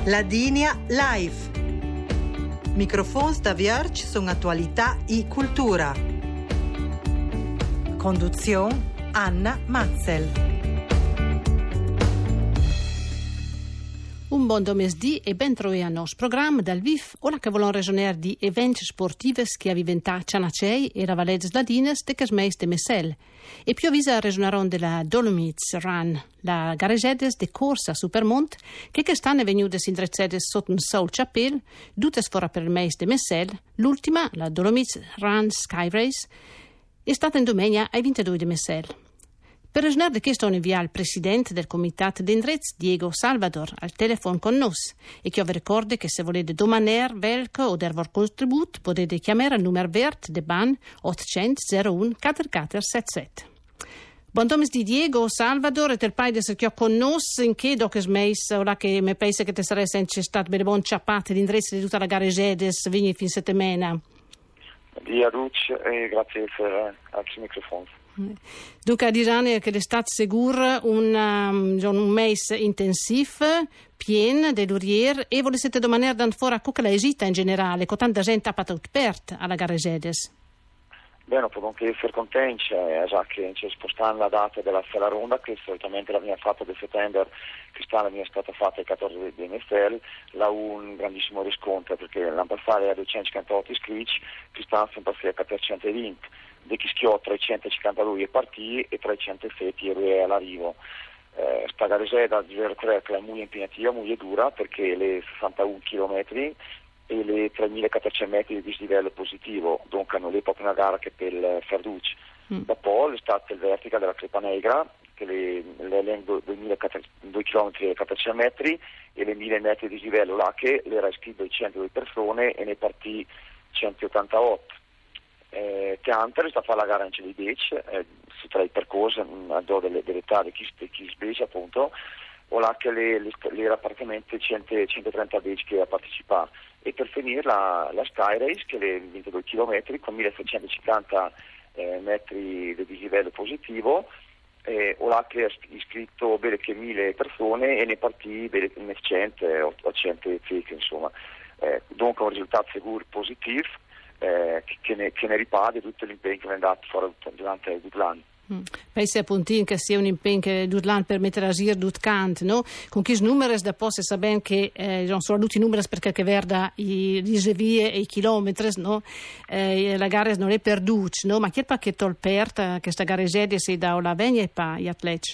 Ladinia Live. Microfons da Vierge sono attualità e cultura. Conduzione Anna Matzel. Un buon domesdì e ben trovi a nostro programma dal VIF, ora che vogliono ragionare di eventi sportivi che avviventà Cianacei e Ravalez Ladines de Casmeis de Messel. E più avvisa ragionarono della Dolomites Run, la gareggedes de corsa Supermont, che quest'anno è venuta indrezzedes sotto un Soul Chapel, dutes fora per il Meis de Messel, l'ultima, la Dolomites Run Sky Race, è stata in domenica ai 22 de Messel. Per ragionare di questo invia il presidente del comitato d'Indrez, Diego Salvador, al telefono con noi e che vi ricorda che se volete domaner, velco o der vor contribut potete chiamare al numero verde de ban 800 01 4477. Buon domesdì Diego Salvador e del pai di essere con noi in che doc smeis ora che mi pensa che te sarei sempre stato bene buon ciappate d'Indrez di tutta la gareggedes vigni fin settimana. Dia Ruc e grazie per il microfono. Dunque diciamo che l'estate sicura un mese intensivo, pieno di lurier e volete domandare da fuori come la esita in generale, con tanta gente aperta alla gareggedes. Bene, può anche essere contenti, già che ci spostano la data della Sella Ronda, che solitamente la mia fatta di settembre, quest'anno mi è stata fatta il 14 di Mestel, là un grandissimo riscontro, perché l'anno passato era 258 iscritti, quest'anno sono passati a 420, di chi schiò 352 partiti e 307 euro all'arrivo. Sta gareggiata di 03 che è molto impegnativa, molto dura, perché le 61 km e le 3.400 metri di dislivello positivo, dunque non è proprio una gara che per il Ferducci. Dopo l'estate il vertical della Crepa Negra, che le 2 km e 400 metri e le 1.000 metri di dislivello là che le era iscritto 102 persone e ne partì 188. Teanter è stata la gara in Chili Beach, su tra i percorsi dell'età di chi Beach appunto, o là che era praticamente 130 beach che ha partecipato, e per finire la Sky Race che è 22 km con 1650 metri di dislivello positivo, o là che ha iscritto bene che 1000 persone e ne partì bene 100 800 zecche, insomma, dunque un risultato sicuro positivo che ne ripade tutto l'impegno che è andato fuori durante il Dutland. Pensi appunto che sia un impegno che Dutland permette a agire Dutcant, no? Con chi numeri da posse sapere che non sono tutti i numeri perché che verda i vie e i chilometri, no? La gara non è perduta, no? Ma chi è pacchetto al perta che sta gara si da la vegna e pa gli atleti?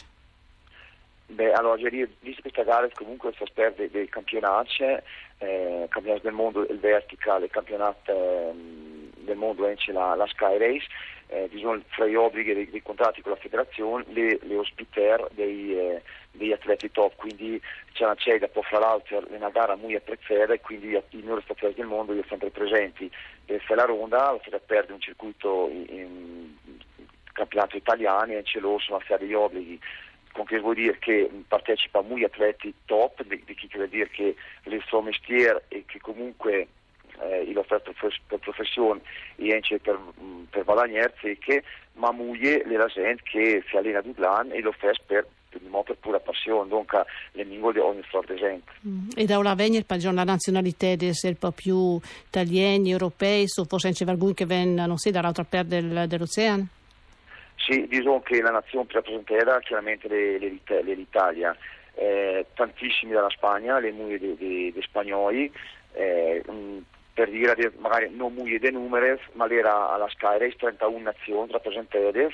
Beh, allora, visto questa gara comunque si perde dei campionati, campionato del mondo, il vertical, il campionato del mondo c'è la Sky Race, bisogna fra gli obblighi dei contratti con la federazione le ospiter degli atleti top, quindi c'è da fra l'altro è una gara molto apprezzata e quindi i migliori atleti del mondo sono sempre presenti. E se la ronda si perde un circuito in campionato italiano e ce lo sono stati degli obblighi. Con che vuol dire che partecipa molti atleti top, di chi vuol dire che il suo mestiere e che comunque il offerto per professione e anche per guadagnarsi, che ma moglie la gente che si allena a Dutland e lo fa per pura passione, dunque le lingue di ogni sorta di gente. E da una vegna la nazionalità è un po' più italiani, europei, o forse anche qualcuno che viene, non so, dall'altra parte dell'oceano? Sì, diciamo che la nazione più rappresentata chiaramente l'Italia, tantissimi dalla Spagna, le mogli dei spagnoli, per dire magari non mogli dei numeri, ma era alla Sky Race 31 nazioni rappresentate,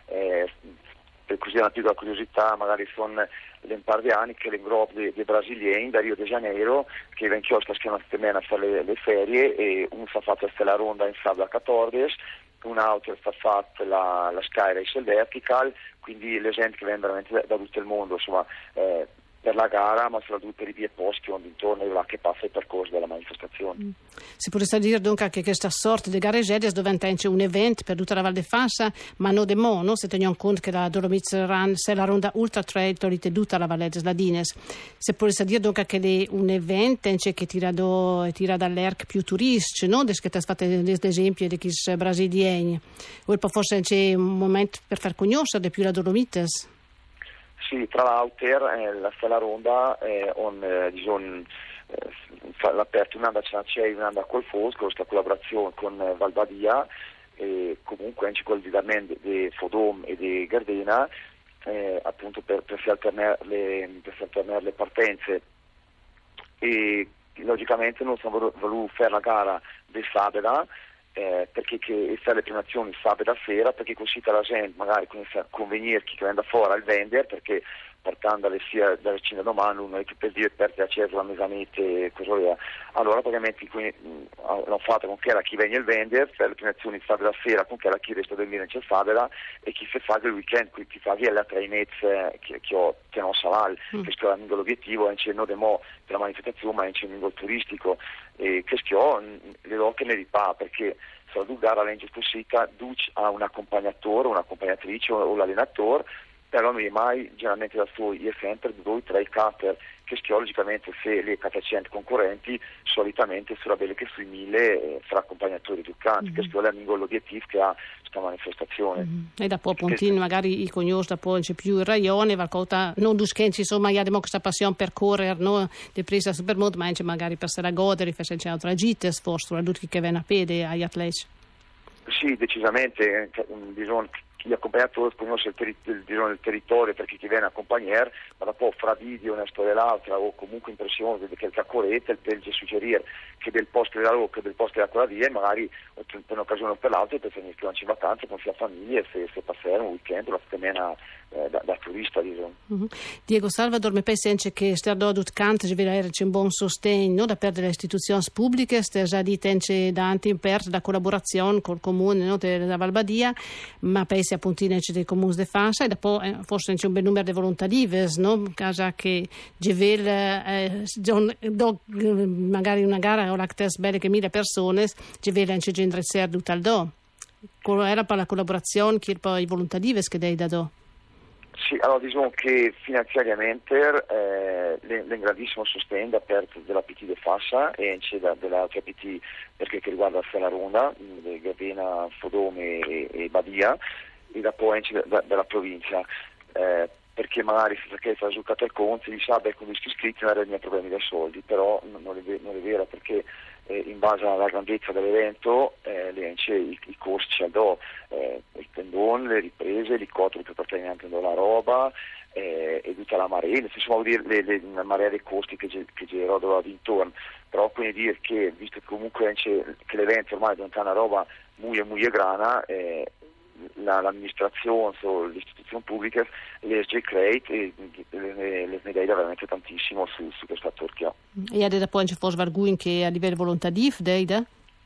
per così una piccola curiosità, magari sono le impardiani che le gruppo dei brasiliani da Rio de Janeiro che vengono sta schema settimana a fare le ferie, e uno si è fatto la ronda in sabato 14, un altro sta fatto la Sky Race il vertical, quindi le gente che vengono veramente da tutto il mondo, insomma, per la gara, ma soprattutto per i vie posti che intorno là che passa il percorso della manifestazione. Si potrebbe dire dunque che questa sorta di gareggedes diventa un evento per tutta la Val de Fassa, ma non demo, no? Se teniamo conto che la Dolomites Run è la ronda ultra trail tutta la Valle des Ladines. Si potrebbe dire dunque che è un evento che tira dall'erc più turistici, no? Che ti fate l'esempio di chi brasiliani. O forse c'è un momento per far conoscere di più la Dolomites? Sì, tra l'altro la Sella Ronda l'aperto un'anda Cenacei, un'anda col Fosco, questa collaborazione con Valbadia, e comunque anche quel di Fodom e di Gardena, appunto per si alternare le partenze. E logicamente non sono voluto fare la gara di sabato, perché fare le premiazioni sabato sera, perché così la gente magari convenire chi viene da fuori al vendere, perché portando sia dalla Cina domani non è più per dire perché acceso la mesanete e così via. Allora praticamente l'hanno fatto con che era chi viene il vendere, per le premiazioni sabato sera con che era chi resta del mese c'è sabato, e chi si fa il weekend, chi fa via le trainezze che non sarà, questo è l'obiettivo, non demo per la manifestazione, ma è un turistico, e questo le do che ne ripà, perché se la gara legge possibile duce a un accompagnatore, un'accompagnatrice o l'allenatore, però non è mai generalmente da soli, è sempre 2 o 3 cater, che logicamente se le 400 concorrenti solitamente sulla belle che sui 1000 fra accompagnatori educanti, questo è l'obiettivo che ha questa manifestazione. E dopo puntini magari i cognosi dopo c'è più il raione, qualcosa non duschenci, insomma, abbiamo questa passione per correre, no? Di presa supermoto, ma anche magari per stare a godere, fare c'è altre gite, forse, tutti che vengono a piedi agli atleti. Sì, decisamente, bisogna gli accompagnatori conoscono il territorio per chi ti viene a accompagnare, ma dopo fra video una storia e l'altra o comunque impressione di che correte per suggerire che del posto della loro che del posto della quella via, magari per un'occasione o per l'altra per finire in vacanza con la famiglia e se passare un weekend o la settimana da turista, diciamo. Diego Salvador, mi pensi anche che sta dodut cante ci vede c'è un buon sostegno da parte delle istituzioni pubbliche, sta già di tence da anti-impert da collaborazione col comune, no, della Valbadia, ma pensi appunto dei comuni di fascia e dopo forse c'è un bel numero di volontarives, no? Casa che Gevel magari una gara o l'actes belle che 1000 persone, Gevel anche gente serduta al do. Era per la collaborazione che poi i volontarives che dei da do. Sì, allora diciamo che finanziariamente l'un grandissimo sostegno da parte della PT di Fassa e anche dell'altra PT perché che riguarda la Ronda, Gardena, Fodome e Badia, e dopo anche della provincia, perché magari se fa giocato al conto si sa con gli iscritti non erano problemi dei soldi, però non è vero perché in base alla grandezza dell'evento i costi ci do, il tendone, le riprese, l'elicottero per portare anche la roba e tutta la marea, insomma vuol dire la marea dei costi che girò intorno, però quindi dire che visto che comunque anche che l'evento ormai diventa una roba molto grana, l'amministrazione o le istituzioni pubbliche le create e le medaglia veramente tantissimo su questa Turchia. E adesso poi c'è forse qualcuno che a livello volontarivo deida?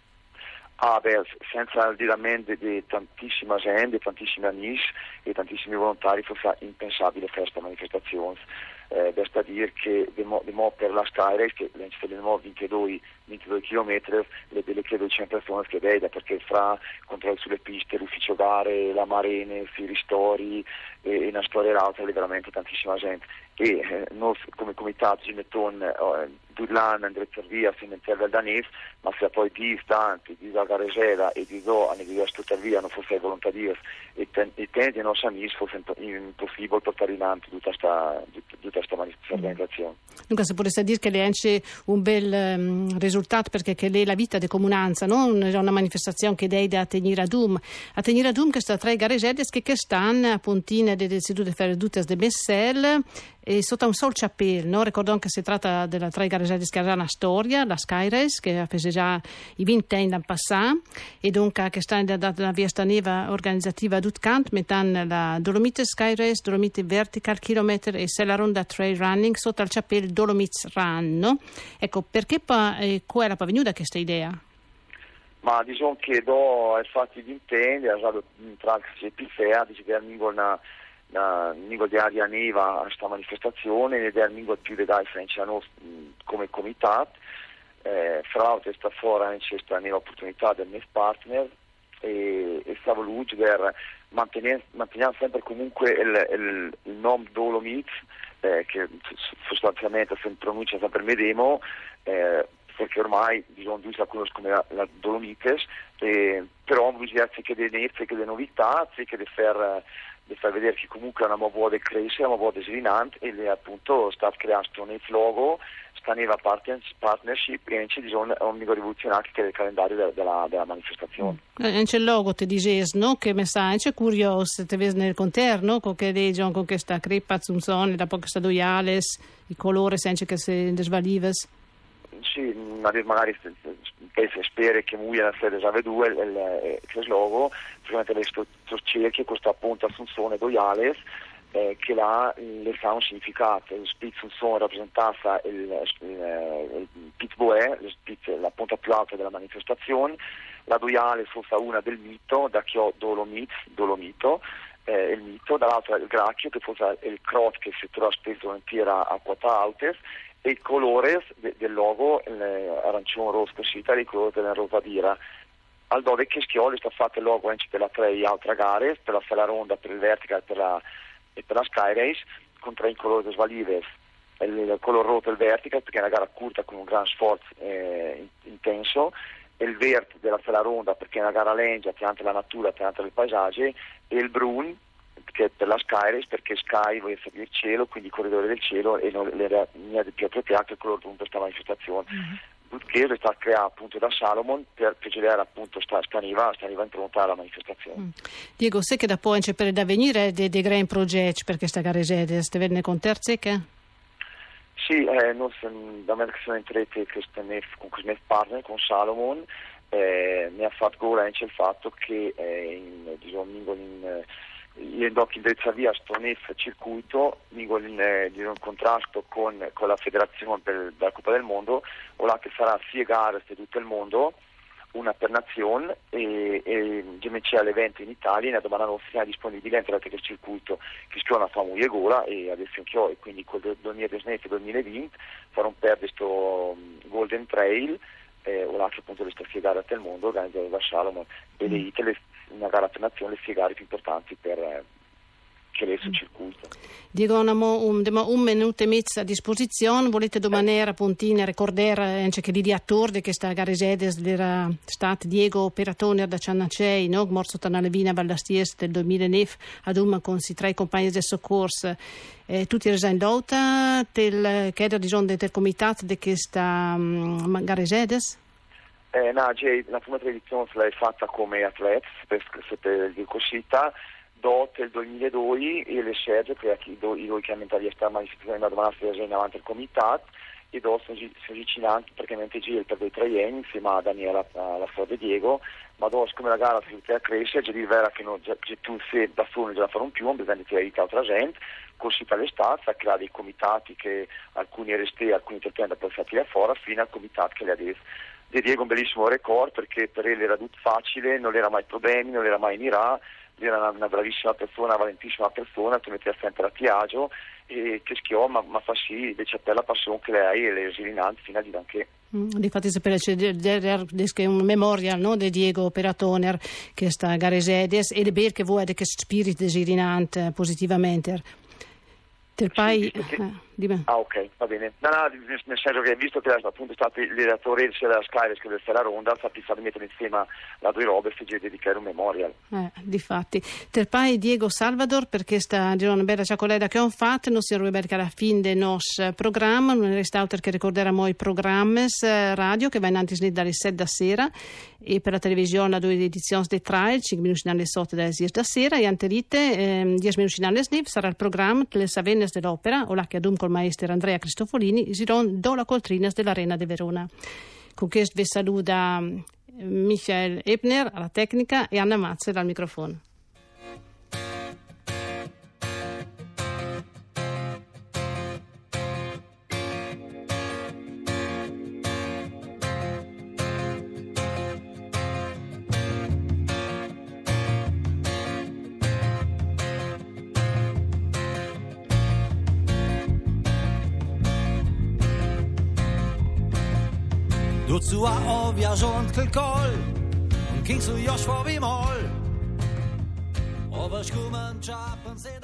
Senza il diramento di tantissima gente, tantissimi amici e tantissimi volontari fosse impensabile fare questa manifestazione. Basta dire che per la Skyrace che l'abbiamo 22 km le credo 100 persone che veda perché fra controlli sulle piste, l'ufficio gare, la marene, i ristori e una storia l'altra è veramente tantissima gente e noi come comitato ci mettiamo Durlan andremo per via fino al Danese, ma se poi di istanti, di Garesera e di Do a negare tutta via non fosse volontarios e tendi i nostri amici fosse impossibile portare in avanti tutta questa manifestazione. Dunque si potesse dire che è anche un bel risultato perché che è la vita di comunanza, non è una manifestazione che dei da tenere ad che sta tra i garesedes che stanno a puntine delle sedute ferredute di Messel e sotto un sol chapelle, no? Ricordo che si tratta della tra i garesedes che era una storia, la Skyrace che ha fatto già i 20 anni dal passato e dunque che sta data una via staneva organizzativa ad Utcant metà la Dolomite Skyrace, Dolomite Vertical Kilometer e se la ronda trail running sotto al chapelle Dolomites Run, no? Ecco, perché qua era venuta questa idea? Ma diciamo che do ai fatti di intendere, ha usato un track pizzeria, dice che era Ningo di aria neva a questa manifestazione ed è il più di dai franciano come comitato. Fra l'altro sta fuori anche questa nuova opportunità del mio partner e stavo lui per mantenere sempre comunque il nome Dolomites che sostanzialmente se pronuncia sempre medemo perché ormai bisogna la conoscono la Dolomites, però bisogna che delle novità, che di far vedere che comunque è una buona crescita, una buona svilinante, e appunto sta creando un logo, sta nella partnership, e c'è un rivoluzionario che è il calendario della manifestazione. C'è il logo, ti dices, no? Che messaggio è curioso, te vedi nel conterno, con che legge, con questa crepa, zunzone, da poco stadoiales, i colori, senza che si desvalives. Sì, magari spero che muoia la sede già vedue il logo, praticamente le cerchie questo appunto assunzione doiales, che là le fa un significato. Il spitz sono rappresentata il pitboe, la punta più alta della manifestazione, la doiale fosse una del mito, da che ho dolomito, il mito, dall'altra il gracchio che fosse il crot che si trova spesso volentiera a quota autes, e i colori del logo, arancione, rosso, cosita, i colori della rovadira. Al dove che schioli sta fatto il logo anche per la 3 altre gare, per la sala ronda, per il vertical e per la Sky Race, con 3 colori svalives. Il colore rosso il vertical, perché è una gara corta con un gran sforzo intenso, e il verde della sala ronda, perché è una gara lenta, pianta la natura, pianta il paesaggio, e il brun, che è per la Sky Race, perché Sky vuole sapere il cielo, quindi i corridori del cielo, e non le linee più appropriate il colore per questa manifestazione. Che è stato creato appunto da Salomon per generare appunto sta niva impronta alla manifestazione. Diego, sai che da poi c'è per da venire dei grandi progetti per questa gara ste venne con terze che? Sì, noi da me che sono entrati con questo partner, con Salomon, mi ha fatto gola anche il fatto che in doc indrizza via sto NEF circuito in un contrasto con la federazione della Coppa del Mondo, o là che sarà sia gare di tutto il mondo, una per nazione, e c'è l'evento in Italia, e la domanda nostra è disponibile entrate che il circuito che si chiama Famuia Gola, e adesso anch'io, e quindi col 2019-2020 farò un per questo Golden Trail, o là che appunto le sta gare del mondo organizzate da Salomon, e le Italie una gara per nazione, le gare più importanti per che lei sul circuito. Diego, un minuto e mezzo a disposizione, volete domanere appuntine, ricordare anche che di attori di questa gara Sedes era stato Diego Peratone da Ciannacei, no? Morso Tanalevina Valdasties del 2009, ad una con i 3 compagni del soccorso. Tutti resen d'outa del chiedere del comitato di questa gara Sedes? La prima edizione l'hai fatta come atleta per il cosita, dopo il 2002 e le scelte che i due chiamati di stare manifestazione da domani in avanti il comitato, e dopo sono avvicinati praticamente per dei 3 anni insieme a Daniela, alla storia di Diego, ma dopo come la gara si a crescere, già di vera che non già tu sei da solo già farò un più, bisogna tirare altra gente, così per l'estate, a creare dei comitati che alcuni resti, alcuni interpreti per farli fuori, fino al comitato che le adesso. Di Diego un bellissimo record, perché per lui era tutto facile, non era mai problemi, non era mai in Iraq, era una bravissima persona, una valentissima persona, ti metteva sempre a piagio, e che schiò, ma fa sì, invece per la passione che lei ha e le resilienze fino a dire anche. Difatti sapere c'è un memorial, no, di Diego Peratoner che sta a Garesedes, e è che vuoi che spirito desirinante positivamente. Sì, ok, va bene. No, nel senso che visto che appunto è stato il redattore sia della Sky che della Ronda, sappi far mettere insieme la due robe e dedicare un memorial. Difatti. Terpai Diego Salvador, perché sta una bella ciacoletta che ho fatto, non si arruba che alla fine del nostro programma, non resta altro che ricordiamo i programmi radio che va in avanti dalle 7 da sera, e per la televisione la 2 edizioni di trial, 5 minuti dalle 8 da sera, e anterite 10 minuti dalle 9 sarà il programma Le Savenes dell'Opera, o là che adunco il maestro Andrea Cristofolini, Giron Dola Coltrinas dell'Arena di Verona. Con questo vi saluta Michael Ebner alla tecnica e Anna Mazzer al microfono. Dazu auch viajant quel col, un king su Josh vor wie mal. Aber ich komme an Japan,